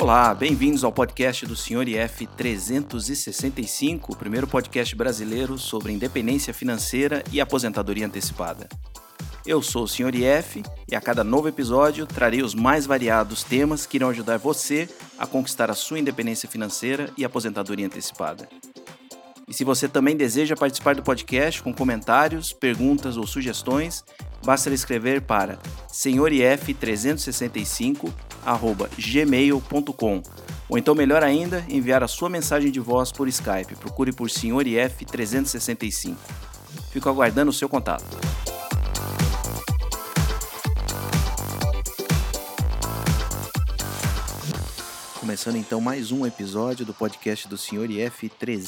Olá, bem-vindos ao podcast do Sr. IF 365, o primeiro podcast brasileiro sobre independência financeira e aposentadoria antecipada. Eu sou o Sr. IF e a cada novo episódio trarei os mais variados temas que irão ajudar você a conquistar a sua independência financeira e aposentadoria antecipada. E se você também deseja participar do podcast com comentários, perguntas ou sugestões, basta escrever para senhorif365@gmail.com ou então, melhor ainda, enviar a sua mensagem de voz por Skype. Procure por Sr. IF 365. Fico aguardando o seu contato. Começando então mais um episódio do podcast do Sr. IF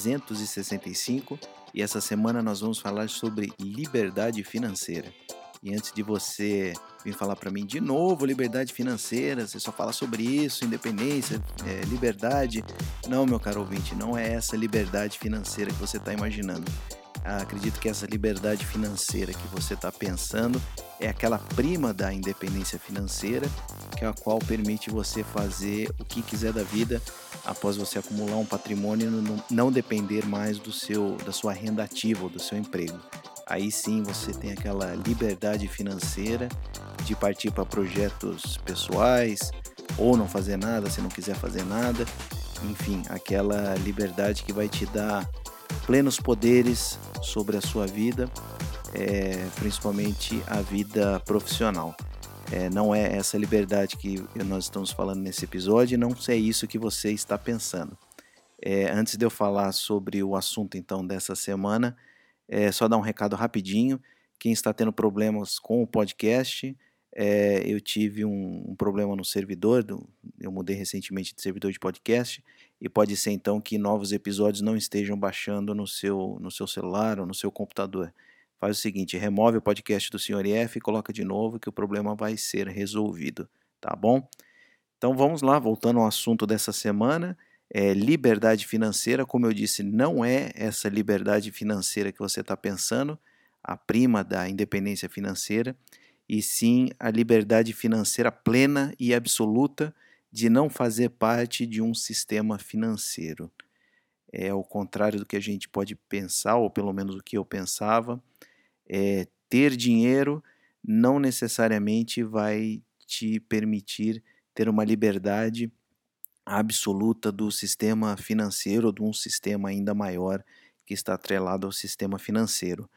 365 e essa semana nós vamos falar sobre liberdade financeira. E antes de você vir falar para mim de novo liberdade financeira, você só fala sobre isso, independência, liberdade. Não, meu caro ouvinte, não é essa liberdade financeira que você está imaginando. Acredito que essa liberdade financeira que você está pensando é aquela prima da independência financeira, que é a qual permite você fazer o que quiser da vida após você acumular um patrimônio e não depender mais da sua renda ativa ou do seu emprego. Aí sim você tem aquela liberdade financeira de partir para projetos pessoais ou não fazer nada se não quiser fazer nada. Enfim, aquela liberdade que vai te dar plenos poderes sobre a sua vida, principalmente a vida profissional. Não é essa liberdade que nós estamos falando nesse episódio, não é isso que você está pensando. Antes de eu falar sobre o assunto então dessa semana, só dar um recado rapidinho. Quem está tendo problemas com o podcast, eu tive um problema no servidor, eu mudei recentemente de servidor de podcast, e pode ser então que novos episódios não estejam baixando no seu celular ou no seu computador. Faz o seguinte, remove o podcast do Sr. IF e coloca de novo que o problema vai ser resolvido, tá bom? Então vamos lá, voltando ao assunto dessa semana, liberdade financeira, como eu disse, não é essa liberdade financeira que você está pensando, a prima da independência financeira, e sim a liberdade financeira plena e absoluta de não fazer parte de um sistema financeiro. É ao contrário do que a gente pode pensar, ou pelo menos o que eu pensava, ter dinheiro não necessariamente vai te permitir ter uma liberdade absoluta do sistema financeiro ou de um sistema ainda maior que está atrelado ao sistema financeiro.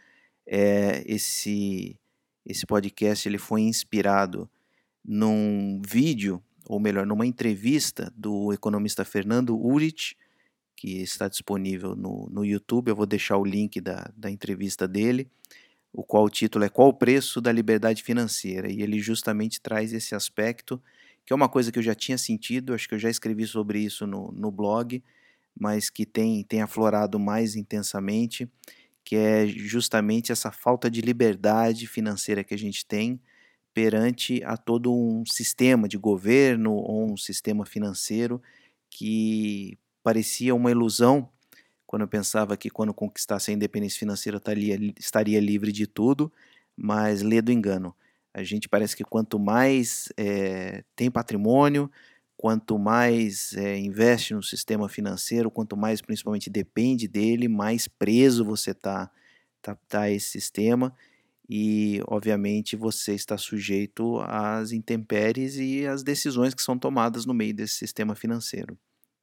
Esse podcast ele foi inspirado num vídeo, ou melhor, numa entrevista do economista Fernando Urich, que está disponível no YouTube. Eu vou deixar o link da entrevista dele, o qual o título é Qual o Preço da Liberdade Financeira? E ele justamente traz esse aspecto, que é uma coisa que eu já tinha sentido, acho que eu já escrevi sobre isso no blog, mas que tem aflorado mais intensamente, que é justamente essa falta de liberdade financeira que a gente tem perante a todo um sistema de governo ou um sistema financeiro que parecia uma ilusão quando eu pensava que quando conquistasse a independência financeira eu estaria livre de tudo, mas lê do engano. A gente parece que quanto mais tem patrimônio, quanto mais investe no sistema financeiro, quanto mais principalmente depende dele, mais preso você está a esse sistema e, obviamente, você está sujeito às intempéries e às decisões que são tomadas no meio desse sistema financeiro.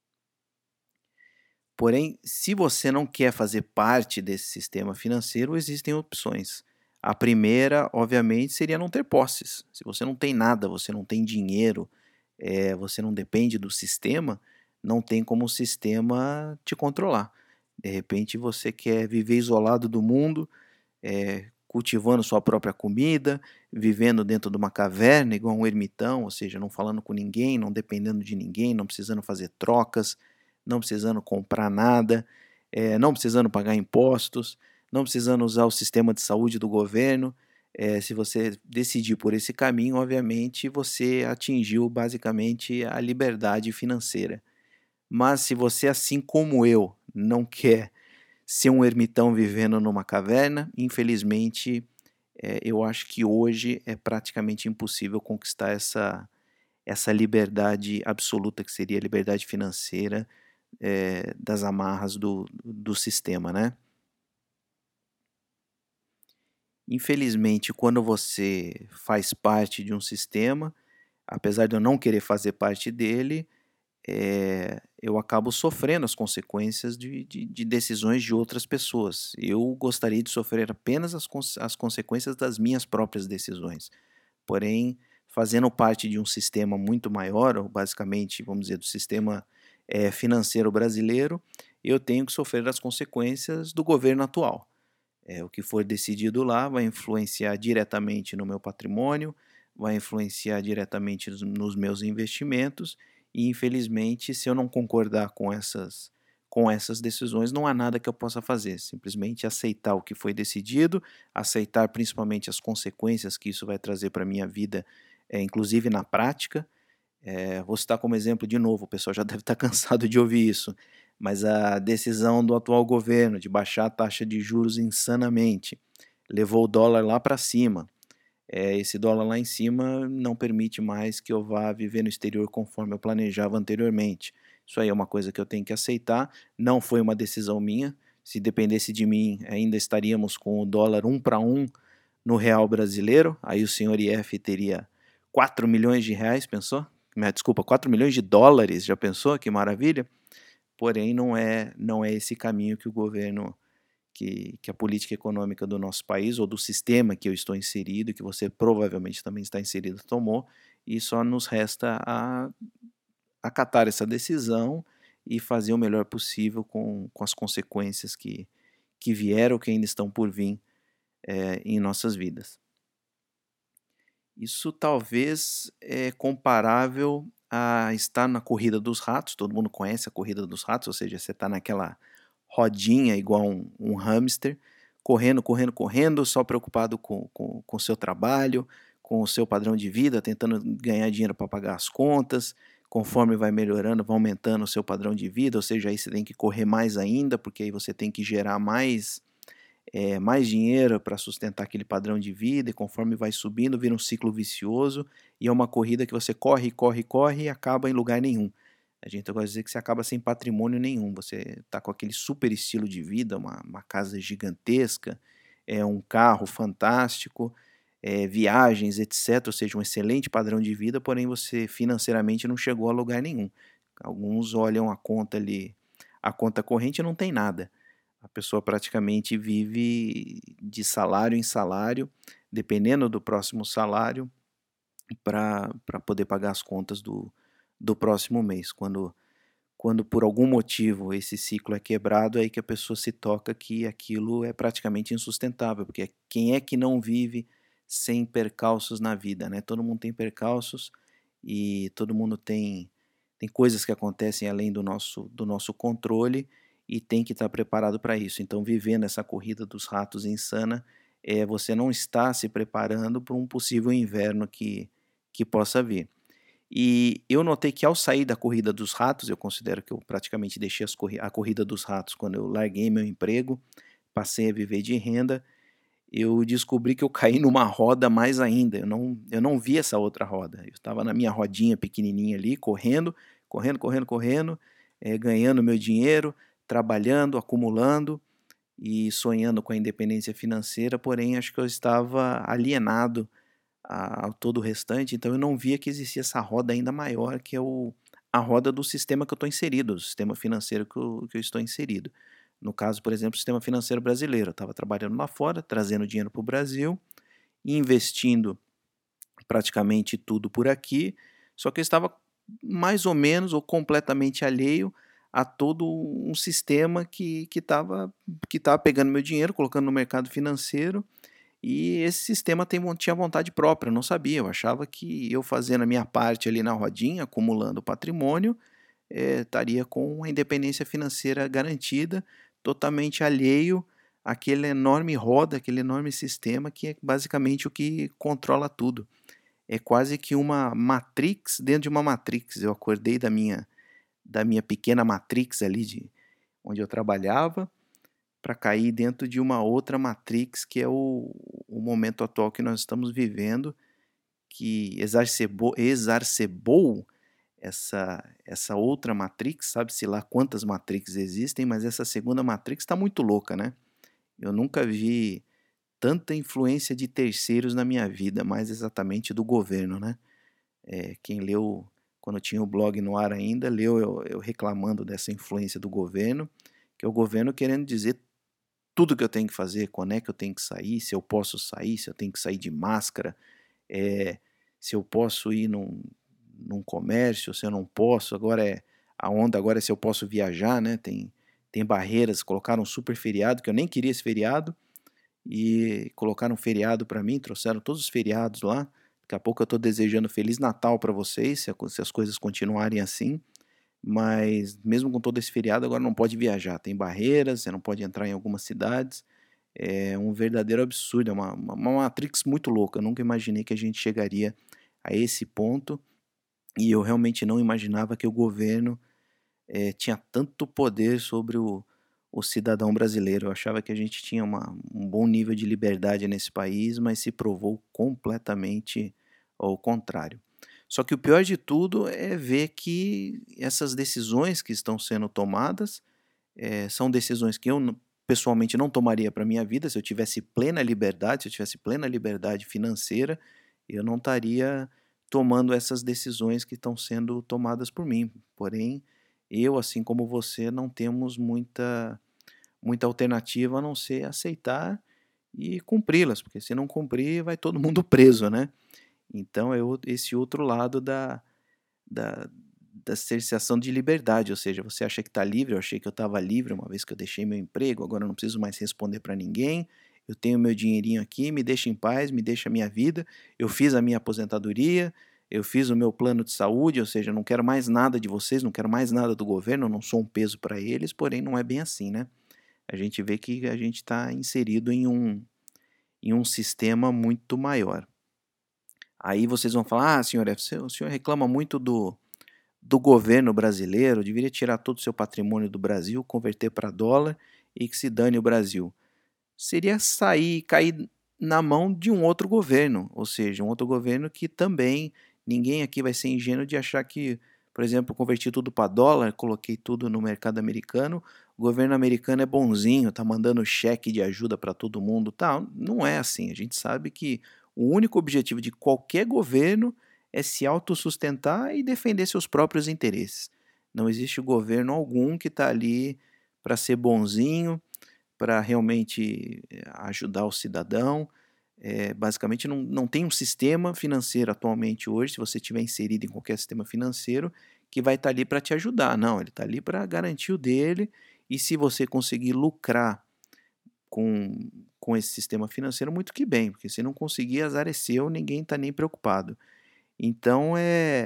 Porém, se você não quer fazer parte desse sistema financeiro, existem opções. A primeira, obviamente, seria não ter posses. Se você não tem nada, você não tem dinheiro, você não depende do sistema, não tem como o sistema te controlar. De repente, você quer viver isolado do mundo, cultivando sua própria comida, vivendo dentro de uma caverna igual um ermitão, ou seja, não falando com ninguém, não dependendo de ninguém, não precisando fazer trocas, não precisando comprar nada, não precisando pagar impostos, não precisando usar o sistema de saúde do governo. Se você decidir por esse caminho, obviamente você atingiu basicamente a liberdade financeira. Mas se você, assim como eu, não quer ser um ermitão vivendo numa caverna, infelizmente, eu acho que hoje é praticamente impossível conquistar essa liberdade absoluta que seria a liberdade financeira das amarras do sistema, né? Infelizmente, quando você faz parte de um sistema, apesar de eu não querer fazer parte dele, eu acabo sofrendo as consequências de decisões de outras pessoas. Eu gostaria de sofrer apenas as consequências das minhas próprias decisões. Porém, fazendo parte de um sistema muito maior, ou basicamente, vamos dizer, do sistema financeiro brasileiro, eu tenho que sofrer as consequências do governo atual. O que for decidido lá vai influenciar diretamente no meu patrimônio, vai influenciar diretamente nos meus investimentos, e infelizmente, se eu não concordar com essas decisões, não há nada que eu possa fazer. Simplesmente aceitar o que foi decidido, aceitar principalmente as consequências que isso vai trazer para a minha vida, inclusive na prática. Vou citar como exemplo de novo, o pessoal já deve estar cansado de ouvir isso, mas a decisão do atual governo de baixar a taxa de juros insanamente levou o dólar lá para cima. Esse dólar lá em cima não permite mais que eu vá viver no exterior conforme eu planejava anteriormente. Isso aí é uma coisa que eu tenho que aceitar, não foi uma decisão minha. Se dependesse de mim, ainda estaríamos com o dólar 1 para 1 no real brasileiro, aí o senhor IF teria 4 milhões de reais, pensou? Desculpa, 4 milhões de dólares, já pensou? Que maravilha. Porém, não é esse caminho que o governo, que a política econômica do nosso país, ou do sistema que eu estou inserido, que você provavelmente também está inserido, tomou, e só nos resta acatar essa decisão e fazer o melhor possível com as consequências que vieram, que ainda estão por vir em nossas vidas. Isso talvez é comparável a estar na corrida dos ratos, todo mundo conhece a corrida dos ratos, ou seja, você está naquela rodinha igual um hamster, correndo, correndo, correndo, só preocupado com o seu trabalho, com o seu padrão de vida, tentando ganhar dinheiro para pagar as contas, conforme vai melhorando, vai aumentando o seu padrão de vida, ou seja, aí você tem que correr mais ainda, porque aí você tem que gerar mais dinheiro para sustentar aquele padrão de vida, e conforme vai subindo, vira um ciclo vicioso, e é uma corrida que você corre, corre, corre e acaba em lugar nenhum. A gente gosta de dizer que você acaba sem patrimônio nenhum, você está com aquele super estilo de vida, uma casa gigantesca, um carro fantástico, viagens, etc., ou seja, um excelente padrão de vida, porém você financeiramente não chegou a lugar nenhum. Alguns olham a conta ali, a conta corrente não tem nada. A pessoa praticamente vive de salário em salário, dependendo do próximo salário, para poder pagar as contas do próximo mês. Quando por algum motivo esse ciclo é quebrado, é aí que a pessoa se toca que aquilo é praticamente insustentável, porque quem é que não vive sem percalços na vida, né? Todo mundo tem percalços e todo mundo tem coisas que acontecem além do nosso controle e tem que estar preparado para isso. Então, viver nessa corrida dos ratos insana, você não está se preparando para um possível inverno que possa vir. E eu notei que ao sair da corrida dos ratos, eu considero que eu praticamente deixei a corrida dos ratos quando eu larguei meu emprego, passei a viver de renda, eu descobri que eu caí numa roda mais ainda, eu não vi essa outra roda, eu estava na minha rodinha pequenininha ali, correndo, correndo, correndo, correndo, ganhando meu dinheiro, trabalhando, acumulando e sonhando com a independência financeira, porém acho que eu estava alienado a todo o restante, então eu não via que existia essa roda ainda maior, que é a roda do sistema que eu estou inserido, do sistema financeiro que eu estou inserido. No caso, por exemplo, o sistema financeiro brasileiro. Eu estava trabalhando lá fora, trazendo dinheiro para o Brasil, investindo praticamente tudo por aqui, só que eu estava mais ou menos ou completamente alheio a todo um sistema que estava pegando meu dinheiro, colocando no mercado financeiro, e esse sistema tinha vontade própria, eu não sabia, eu achava que eu fazendo a minha parte ali na rodinha, acumulando patrimônio, estaria com a independência financeira garantida, totalmente alheio àquele enorme roda, aquele enorme sistema que é basicamente o que controla tudo. É quase que uma matrix dentro de uma matrix. Eu acordei da minha pequena matrix ali onde eu trabalhava, para cair dentro de uma outra matrix, que é o momento atual que nós estamos vivendo, que exacerbou essa outra Matrix, sabe-se lá quantas Matrix existem, mas essa segunda Matrix está muito louca, né. Eu nunca vi tanta influência de terceiros na minha vida, mais exatamente do governo, né. Quem leu quando tinha o blog no ar ainda, leu eu reclamando dessa influência do governo, que é o governo querendo dizer tudo que eu tenho que fazer, quando é que eu tenho que sair, se eu posso sair, se eu tenho que sair de máscara, eh, se eu posso ir num comércio, se eu não posso. A onda agora é se eu posso viajar, né, tem barreiras, colocaram um super feriado, que eu nem queria esse feriado, e colocaram um feriado para mim, trouxeram todos os feriados lá. Daqui a pouco eu estou desejando feliz Natal para vocês, se as coisas continuarem assim, mas mesmo com todo esse feriado agora não pode viajar, tem barreiras, você não pode entrar em algumas cidades, é um verdadeiro absurdo, é uma matrix muito louca, eu nunca imaginei que a gente chegaria a esse ponto, e eu realmente não imaginava que o governo, tinha tanto poder sobre o cidadão brasileiro. Eu achava que a gente tinha um bom nível de liberdade nesse país, mas se provou completamente ao contrário. Só que o pior de tudo é ver que essas decisões que estão sendo tomadas, são decisões que eu pessoalmente não tomaria para minha vida. Se eu tivesse plena liberdade, se eu tivesse plena liberdade financeira, eu não estaria tomando essas decisões que estão sendo tomadas por mim. Porém, eu, assim como você, não temos muita alternativa a não ser aceitar e cumpri-las, porque se não cumprir vai todo mundo preso, né. Então esse outro lado da da cerceação de liberdade, ou seja, você acha que está livre, eu achei que eu estava livre uma vez que eu deixei meu emprego, agora eu não preciso mais responder para ninguém, eu tenho meu dinheirinho aqui, me deixa em paz, me deixa a minha vida, eu fiz a minha aposentadoria, eu fiz o meu plano de saúde, ou seja, eu não quero mais nada de vocês, não quero mais nada do governo, eu não sou um peso para eles, porém não é bem assim, né. A gente vê que a gente está inserido em um sistema muito maior. Aí vocês vão falar: "Ah, senhor, o senhor reclama muito do governo brasileiro, deveria tirar todo o seu patrimônio do Brasil, converter para dólar e que se dane o Brasil". Seria cair na mão de um outro governo, ou seja, um outro governo que também ninguém aqui vai ser ingênuo de achar que, por exemplo, eu converti tudo para dólar, coloquei tudo no mercado americano, o governo americano é bonzinho, tá mandando cheque de ajuda para todo mundo, tal. Não é assim. A gente sabe que o único objetivo de qualquer governo é se autossustentar e defender seus próprios interesses. Não existe governo algum que está ali para ser bonzinho, para realmente ajudar o cidadão. Basicamente não tem um sistema financeiro atualmente hoje, se você estiver inserido em qualquer sistema financeiro, que vai estar ali para te ajudar. Não, ele está ali para garantir o dele, e se você conseguir lucrar com, com esse sistema financeiro, muito que bem, porque se não conseguir, azar é seu, ninguém está nem preocupado. Então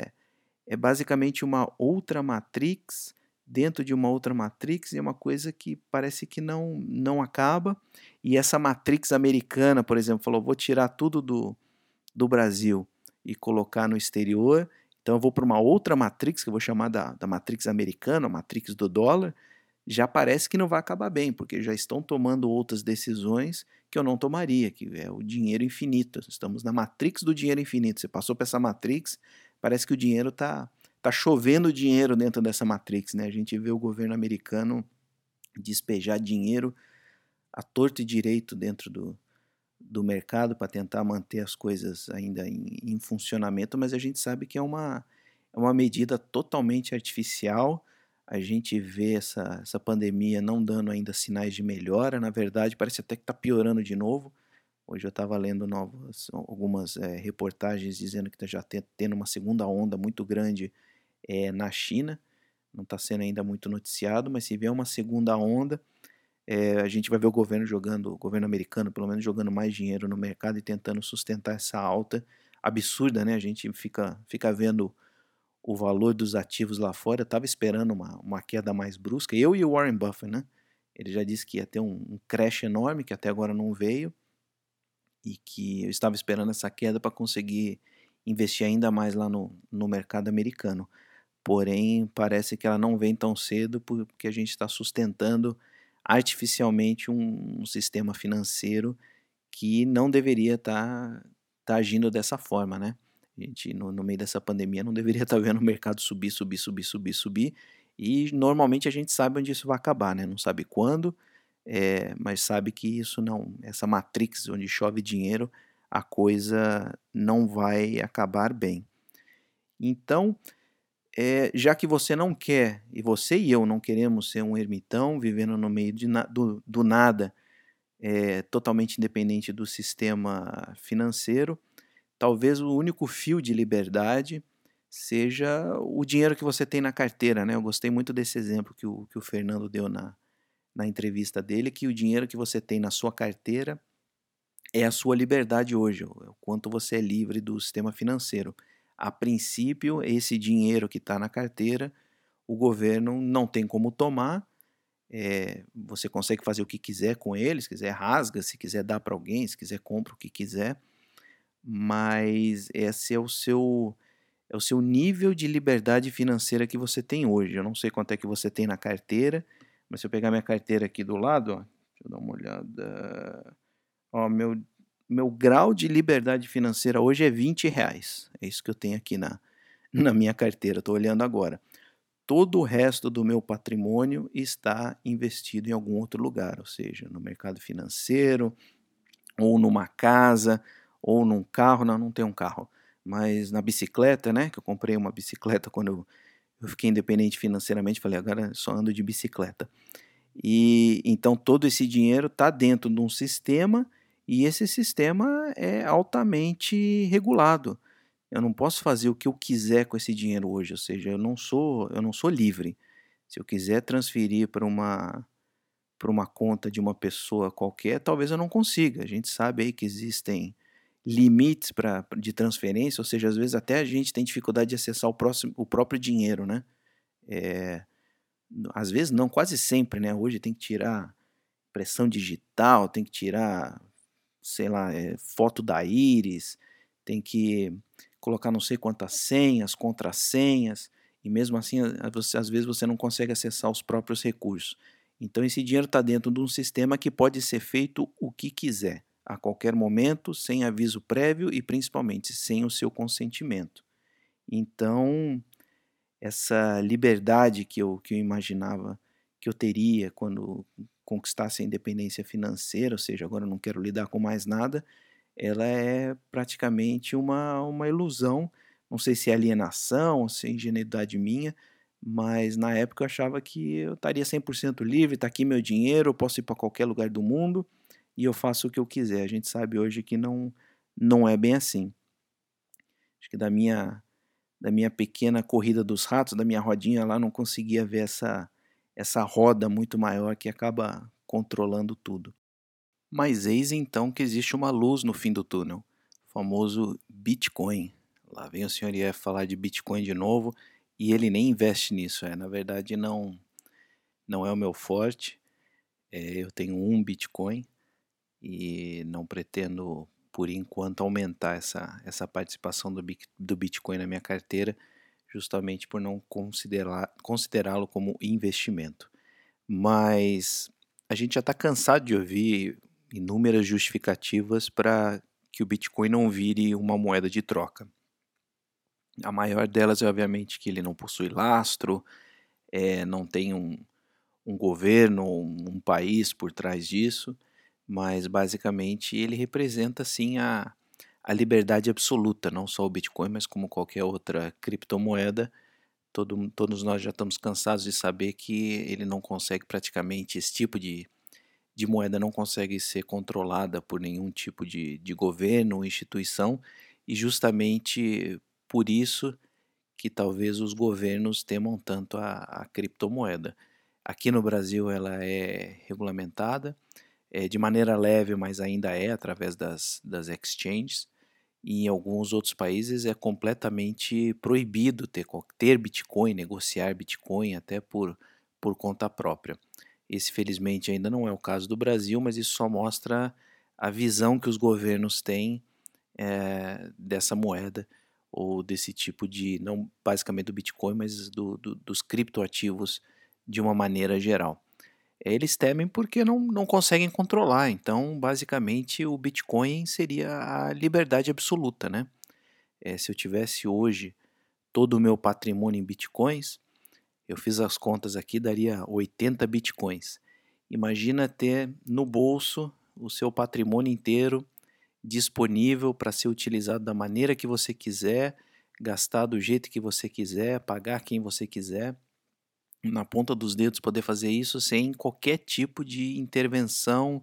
é basicamente uma outra matrix dentro de uma outra matrix, e é uma coisa que parece que não acaba. E essa matrix americana, por exemplo, falou: "Vou tirar tudo do Brasil e colocar no exterior, então eu vou para uma outra matrix, que eu vou chamar da matrix americana, a matrix do dólar", já parece que não vai acabar bem, porque já estão tomando outras decisões que eu não tomaria, que é o dinheiro infinito. Estamos na matrix do dinheiro infinito. Você passou para essa matrix, parece que o dinheiro tá chovendo dinheiro dentro dessa matrix, né? A gente vê o governo americano despejar dinheiro à torto e direito dentro do mercado para tentar manter as coisas ainda em funcionamento, mas a gente sabe que é uma medida totalmente artificial. A gente vê essa pandemia não dando ainda sinais de melhora, na verdade, parece até que está piorando de novo. Hoje eu estava lendo algumas reportagens dizendo que está já tendo uma segunda onda muito grande na China. Não está sendo ainda muito noticiado, mas se vier uma segunda onda, a gente vai ver o governo americano pelo menos jogando mais dinheiro no mercado e tentando sustentar essa alta absurda, né? A gente fica vendo o valor dos ativos lá fora. Eu estava esperando uma queda mais brusca, eu e o Warren Buffett, né? Ele já disse que ia ter um crash enorme, que até agora não veio, e que eu estava esperando essa queda para conseguir investir ainda mais lá no mercado americano. Porém, parece que ela não vem tão cedo, porque a gente está sustentando artificialmente um sistema financeiro que não deveria estar agindo dessa forma, né? A gente, no meio dessa pandemia, não deveria estar vendo o mercado subir, subir, subir, subir, subir. E normalmente a gente sabe onde isso vai acabar, né? Não sabe quando, mas sabe que isso não, essa matrix onde chove dinheiro, a coisa não vai acabar bem. Então, já que você não quer, e você e eu não queremos ser um ermitão vivendo no meio do nada, totalmente independente do sistema financeiro, talvez o único fio de liberdade seja o dinheiro que você tem na carteira, né? Eu gostei muito desse exemplo que o Fernando deu na entrevista dele, que o dinheiro que você tem na sua carteira é a sua liberdade hoje, o quanto você é livre do sistema financeiro. A princípio, esse dinheiro que está na carteira, o governo não tem como tomar, você consegue fazer o que quiser com ele, se quiser rasga, se quiser dá para alguém, se quiser compra o que quiser, mas esse é o seu nível de liberdade financeira que você tem hoje. Eu não sei quanto é que você tem na carteira, mas se eu pegar minha carteira aqui do lado, ó, deixa eu dar uma olhada. Ó, meu grau de liberdade financeira hoje é R$ 20. É isso que eu tenho aqui na minha carteira, estou olhando agora. Todo o resto do meu patrimônio está investido em algum outro lugar, ou seja, no mercado financeiro, ou numa casa, ou num carro. Não tenho um carro, mas na bicicleta, né? Que eu comprei uma bicicleta quando eu fiquei independente financeiramente, falei, agora só ando de bicicleta. E então todo esse dinheiro está dentro de um sistema e esse sistema é altamente regulado. Eu não posso fazer o que eu quiser com esse dinheiro hoje, ou seja, eu não sou livre. Se eu quiser transferir para uma conta de uma pessoa qualquer, talvez eu não consiga. A gente sabe aí que existem limites de transferência, ou seja, às vezes até a gente tem dificuldade de acessar o próprio dinheiro, né? É, Às vezes não, quase sempre, né? Hoje tem que tirar impressão digital, tem que tirar, sei lá, foto da íris, tem que colocar não sei quantas senhas, contrassenhas, e mesmo assim, às vezes você não consegue acessar os próprios recursos. Então esse dinheiro está dentro de um sistema que pode ser feito o que quiser, a qualquer momento, sem aviso prévio e principalmente sem o seu consentimento. Então, essa liberdade que eu imaginava que eu teria quando conquistasse a independência financeira, ou seja, agora eu não quero lidar com mais nada, ela é praticamente uma ilusão. Não sei se é alienação, se é ingenuidade minha, mas na época eu achava que eu estaria 100% livre, está aqui meu dinheiro, eu posso ir para qualquer lugar do mundo e eu faço o que eu quiser. A gente sabe hoje que não é bem assim. Acho que da minha pequena corrida dos ratos, da minha rodinha lá, não conseguia ver essa roda muito maior que acaba controlando tudo. Mas eis então que existe uma luz no fim do túnel, o famoso Bitcoin. Lá vem o senhor IF falar de Bitcoin de novo e ele nem investe nisso. Na verdade, não é o meu forte. Eu tenho um Bitcoin e não pretendo, por enquanto, aumentar essa participação do Bitcoin na minha carteira, justamente por não considerá-lo como investimento. Mas a gente já está cansado de ouvir inúmeras justificativas para que o Bitcoin não vire uma moeda de troca. A maior delas é, obviamente, que ele não possui lastro, não tem um governo, um país por trás disso, mas basicamente ele representa sim a liberdade absoluta, não só o Bitcoin, mas como qualquer outra criptomoeda. Todos nós já estamos cansados de saber que ele não consegue praticamente, esse tipo de moeda não consegue ser controlada por nenhum tipo de governo ou instituição, e justamente por isso que talvez os governos temam tanto a criptomoeda. Aqui no Brasil ela é regulamentada, de maneira leve, mas ainda é através das exchanges. E em alguns outros países é completamente proibido ter Bitcoin, negociar Bitcoin até por conta própria. Esse, felizmente, ainda não é o caso do Brasil, mas isso só mostra a visão que os governos têm dessa moeda ou desse tipo de, não basicamente do Bitcoin, mas dos criptoativos de uma maneira geral. Eles temem porque não conseguem controlar, então basicamente o Bitcoin seria a liberdade absoluta, né? Se eu tivesse hoje todo o meu patrimônio em bitcoins, eu fiz as contas aqui, daria 80 bitcoins. Imagina ter no bolso o seu patrimônio inteiro disponível para ser utilizado da maneira que você quiser, gastar do jeito que você quiser, pagar quem você quiser, na ponta dos dedos poder fazer isso sem qualquer tipo de intervenção,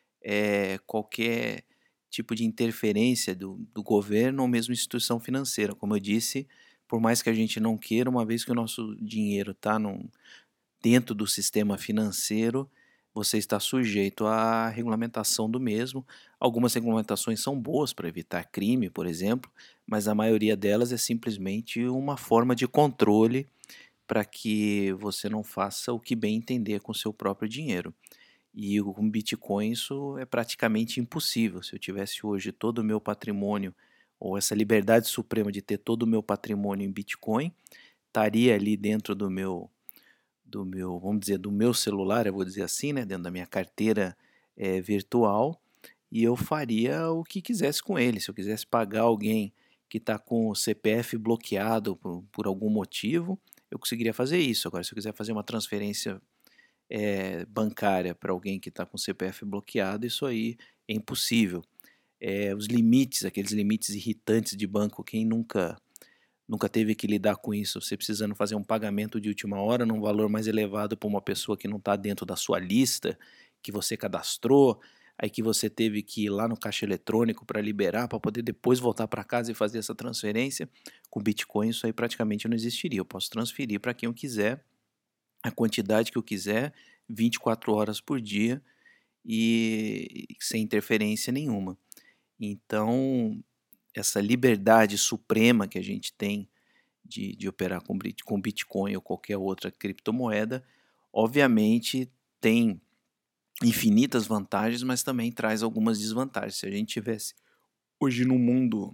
qualquer tipo de interferência do governo ou mesmo instituição financeira. Como eu disse, por mais que a gente não queira, uma vez que o nosso dinheiro está dentro do sistema financeiro, você está sujeito à regulamentação do mesmo. Algumas regulamentações são boas para evitar crime, por exemplo, mas a maioria delas é simplesmente uma forma de controle para que você não faça o que bem entender com o seu próprio dinheiro. E com Bitcoin isso é praticamente impossível. Se eu tivesse hoje todo o meu patrimônio, ou essa liberdade suprema de ter todo o meu patrimônio em Bitcoin, estaria ali dentro do meu, vamos dizer, do meu celular, eu vou dizer assim, né, dentro da minha carteira virtual, e eu faria o que quisesse com ele. Se eu quisesse pagar alguém que está com o CPF bloqueado por algum motivo, eu conseguiria fazer isso. Agora, se eu quiser fazer uma transferência bancária para alguém que está com o CPF bloqueado, isso aí é impossível. Os limites, aqueles limites irritantes de banco, quem nunca teve que lidar com isso, você precisando fazer um pagamento de última hora num valor mais elevado para uma pessoa que não está dentro da sua lista, que você cadastrou, aí que você teve que ir lá no caixa eletrônico para liberar, para poder depois voltar para casa e fazer essa transferência. Com Bitcoin isso aí praticamente não existiria. Eu posso transferir para quem eu quiser, a quantidade que eu quiser, 24 horas por dia e sem interferência nenhuma. Então, essa liberdade suprema que a gente tem de operar com Bitcoin ou qualquer outra criptomoeda, obviamente tem infinitas vantagens, mas também traz algumas desvantagens. Se a gente tivesse hoje num mundo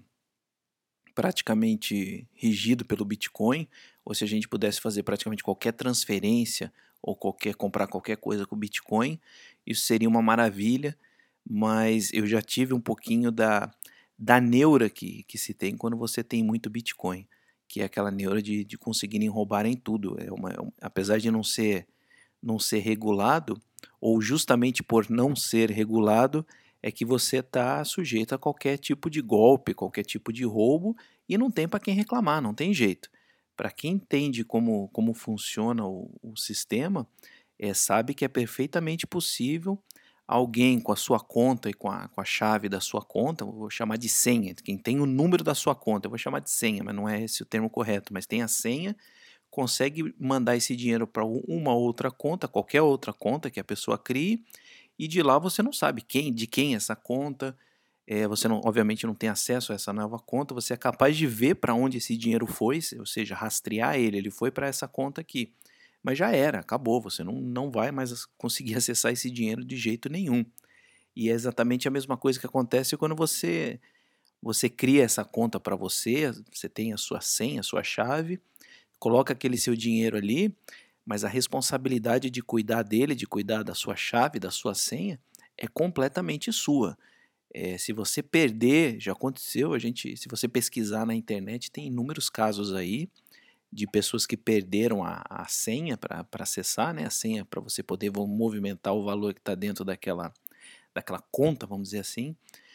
praticamente regido pelo Bitcoin, ou se a gente pudesse fazer praticamente qualquer transferência ou comprar qualquer coisa com Bitcoin, isso seria uma maravilha, mas eu já tive um pouquinho da neura que se tem quando você tem muito Bitcoin, que é aquela neura de conseguirem roubarem tudo. Apesar de não ser regulado, ou justamente por não ser regulado, é que você está sujeito a qualquer tipo de golpe, qualquer tipo de roubo, e não tem para quem reclamar, não tem jeito. Para quem entende como funciona o sistema, sabe que é perfeitamente possível alguém com a sua conta e com a chave da sua conta, eu vou chamar de senha, quem tem o número da sua conta, eu vou chamar de senha, mas não é esse o termo correto, mas tem a senha, consegue mandar esse dinheiro para uma outra conta, qualquer outra conta que a pessoa crie, e de lá você não sabe de quem é essa conta, você não, obviamente não tem acesso a essa nova conta, você é capaz de ver para onde esse dinheiro foi, ou seja, rastrear ele foi para essa conta aqui. Mas já era, acabou, você não vai mais conseguir acessar esse dinheiro de jeito nenhum. E é exatamente a mesma coisa que acontece quando você cria essa conta para você, você tem a sua senha, a sua chave, coloca aquele seu dinheiro ali, mas a responsabilidade de cuidar dele, de cuidar da sua chave, da sua senha, é completamente sua. Se você perder, já aconteceu, se você pesquisar na internet, tem inúmeros casos aí de pessoas que perderam a senha para acessar, né, a senha para você poder movimentar o valor que está dentro daquela conta, vamos dizer assim,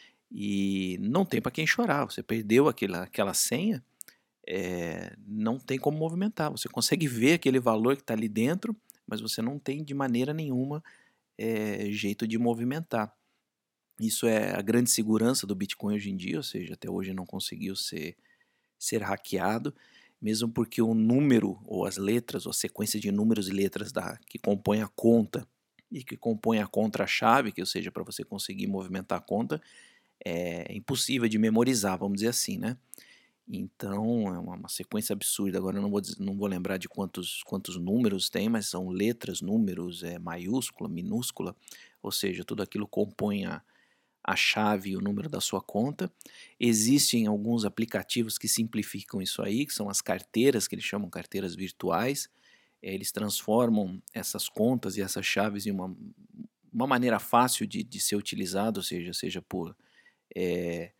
e não tem para quem chorar. Você perdeu aquela senha, não tem como movimentar. Você consegue ver aquele valor que está ali dentro, mas você não tem de maneira nenhuma jeito de movimentar. Isso é a grande segurança do Bitcoin hoje em dia, ou seja, até hoje não conseguiu ser hackeado, mesmo porque o número, ou as letras, ou a sequência de números e letras que compõe a conta e que compõe a contra-chave, que ou seja, para você conseguir movimentar a conta, é impossível de memorizar, vamos dizer assim, né? Então é uma sequência absurda. Agora eu não vou lembrar de quantos números tem, mas são letras, números, maiúscula, minúscula, ou seja, tudo aquilo compõe a chave e o número da sua conta. Existem alguns aplicativos que simplificam isso aí, que são as carteiras, que eles chamam carteiras virtuais. Eles transformam essas contas e essas chaves em uma maneira fácil de ser utilizado, ou seja por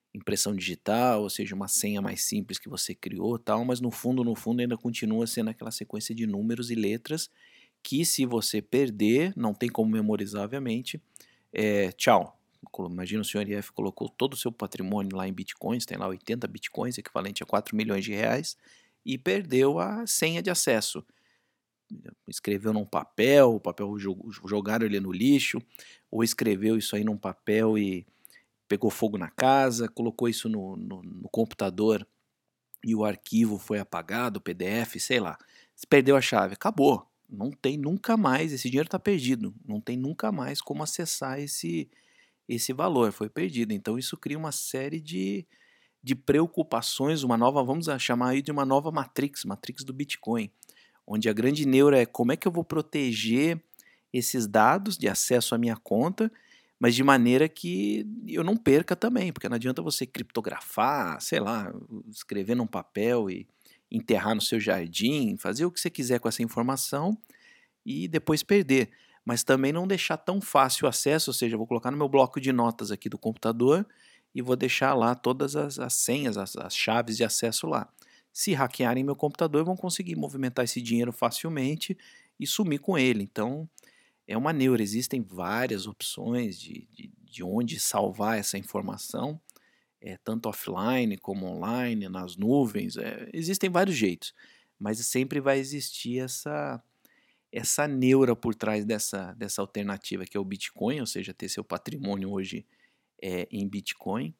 impressão digital, ou seja, uma senha mais simples que você criou, tal, mas no fundo ainda continua sendo aquela sequência de números e letras que, se você perder, não tem como memorizar, obviamente, tchau. Imagina, o senhor IF colocou todo o seu patrimônio lá em bitcoins, tem lá 80 bitcoins, equivalente a 4 milhões de reais, e perdeu a senha de acesso. Escreveu num papel, o papel jogaram ele no lixo, ou escreveu isso aí num papel e pegou fogo na casa, colocou isso no computador e o arquivo foi apagado, o PDF, sei lá. Você perdeu a chave, acabou. Não tem nunca mais, esse dinheiro está perdido. Não tem nunca mais como acessar esse valor, foi perdido. Então isso cria uma série de preocupações, uma nova, vamos chamar aí de uma nova Matrix do Bitcoin, onde a grande neura é como é que eu vou proteger esses dados de acesso à minha conta, mas de maneira que eu não perca também, porque não adianta você criptografar, sei lá, escrever num papel e enterrar no seu jardim, fazer o que você quiser com essa informação e depois perder. Mas também não deixar tão fácil o acesso, ou seja, eu vou colocar no meu bloco de notas aqui do computador e vou deixar lá todas as senhas, as chaves de acesso lá. Se hackearem meu computador, vão conseguir movimentar esse dinheiro facilmente e sumir com ele. Então, é uma neura. Existem várias opções de onde salvar essa informação, tanto offline como online, nas nuvens. Existem vários jeitos, mas sempre vai existir essa neura por trás dessa alternativa, que é o Bitcoin, ou seja, ter seu patrimônio hoje em Bitcoin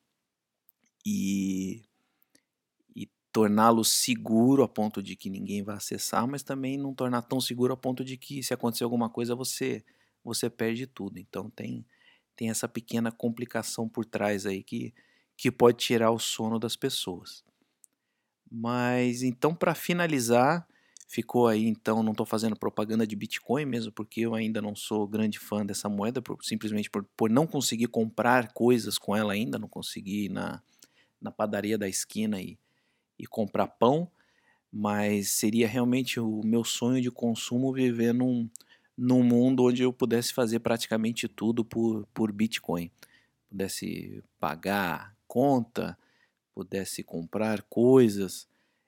e torná-lo seguro a ponto de que ninguém vai acessar, mas também não tornar tão seguro a ponto de que, se acontecer alguma coisa, você perde tudo. Então tem essa pequena complicação por trás aí que pode tirar o sono das pessoas. Mas então, para finalizar, ficou aí, então, não estou fazendo propaganda de Bitcoin mesmo, porque eu ainda não sou grande fã dessa moeda, simplesmente por não conseguir comprar coisas com ela ainda, não consegui ir na padaria da esquina e comprar pão, mas seria realmente o meu sonho de consumo viver num mundo onde eu pudesse fazer praticamente tudo por Bitcoin. Pudesse pagar conta, pudesse comprar coisas,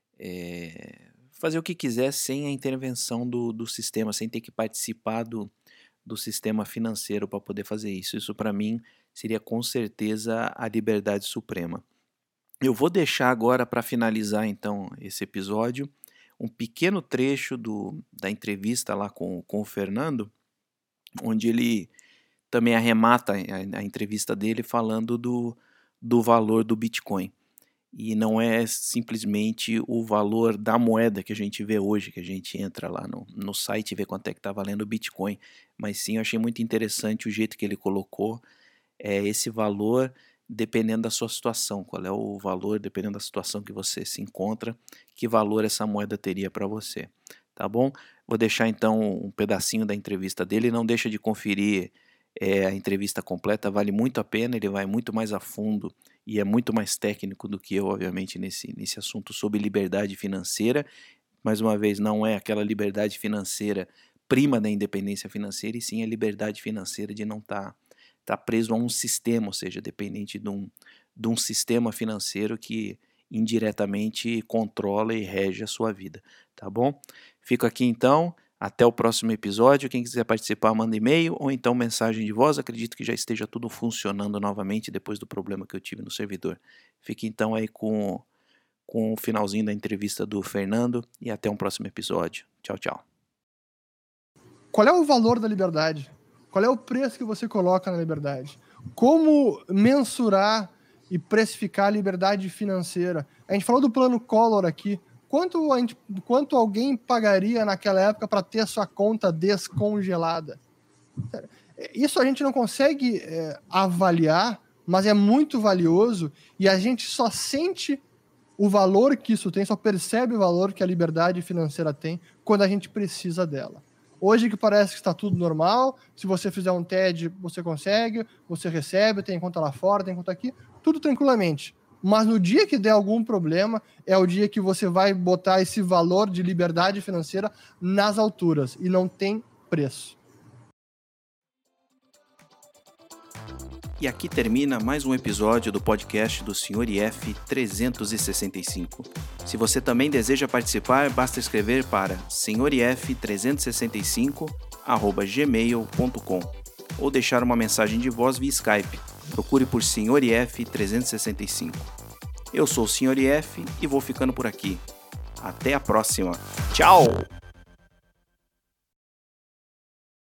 fazer o que quiser sem a intervenção do sistema, sem ter que participar do sistema financeiro para poder fazer isso. Isso, para mim, seria com certeza a liberdade suprema. Eu vou deixar agora, para finalizar então esse episódio, um pequeno trecho da entrevista lá com o Fernando, onde ele também arremata a entrevista dele falando do valor do Bitcoin. E não é simplesmente o valor da moeda que a gente vê hoje, que a gente entra lá no site e vê quanto é que está valendo o Bitcoin, mas sim, eu achei muito interessante o jeito que ele colocou esse valor dependendo da sua situação, qual é o valor, dependendo da situação que você se encontra, que valor essa moeda teria para você, tá bom? Vou deixar então um pedacinho da entrevista dele, não deixa de conferir a entrevista completa, vale muito a pena, ele vai muito mais a fundo e é muito mais técnico do que eu, obviamente, nesse assunto sobre liberdade financeira. Mais uma vez, não é aquela liberdade financeira prima da independência financeira, e sim a liberdade financeira de não estar preso a um sistema, ou seja, dependente de um sistema financeiro que indiretamente controla e rege a sua vida, tá bom? Fico aqui então, até o próximo episódio. Quem quiser participar, manda e-mail ou então mensagem de voz. Acredito que já esteja tudo funcionando novamente depois do problema que eu tive no servidor. Fique então aí com o finalzinho da entrevista do Fernando e até um próximo episódio. Tchau, tchau. Qual é o valor da liberdade? Qual é o preço que você coloca na liberdade? Como mensurar e precificar a liberdade financeira? A gente falou do plano Collor aqui. Quanto alguém pagaria naquela época para ter a sua conta descongelada? Isso a gente não consegue avaliar, mas é muito valioso e a gente só sente o valor que isso tem, só percebe o valor que a liberdade financeira tem quando a gente precisa dela. Hoje que parece que está tudo normal, se você fizer um TED, você consegue, você recebe, tem conta lá fora, tem conta aqui, tudo tranquilamente. Mas no dia que der algum problema, é o dia que você vai botar esse valor de liberdade financeira nas alturas, e não tem preço. E aqui termina mais um episódio do podcast do Sr. IF 365. Se você também deseja participar, basta escrever para senhorif365@gmail.com ou deixar uma mensagem de voz via Skype. Procure por Sr. IF 365. Eu sou o Sr. IF e vou ficando por aqui. Até a próxima. Tchau!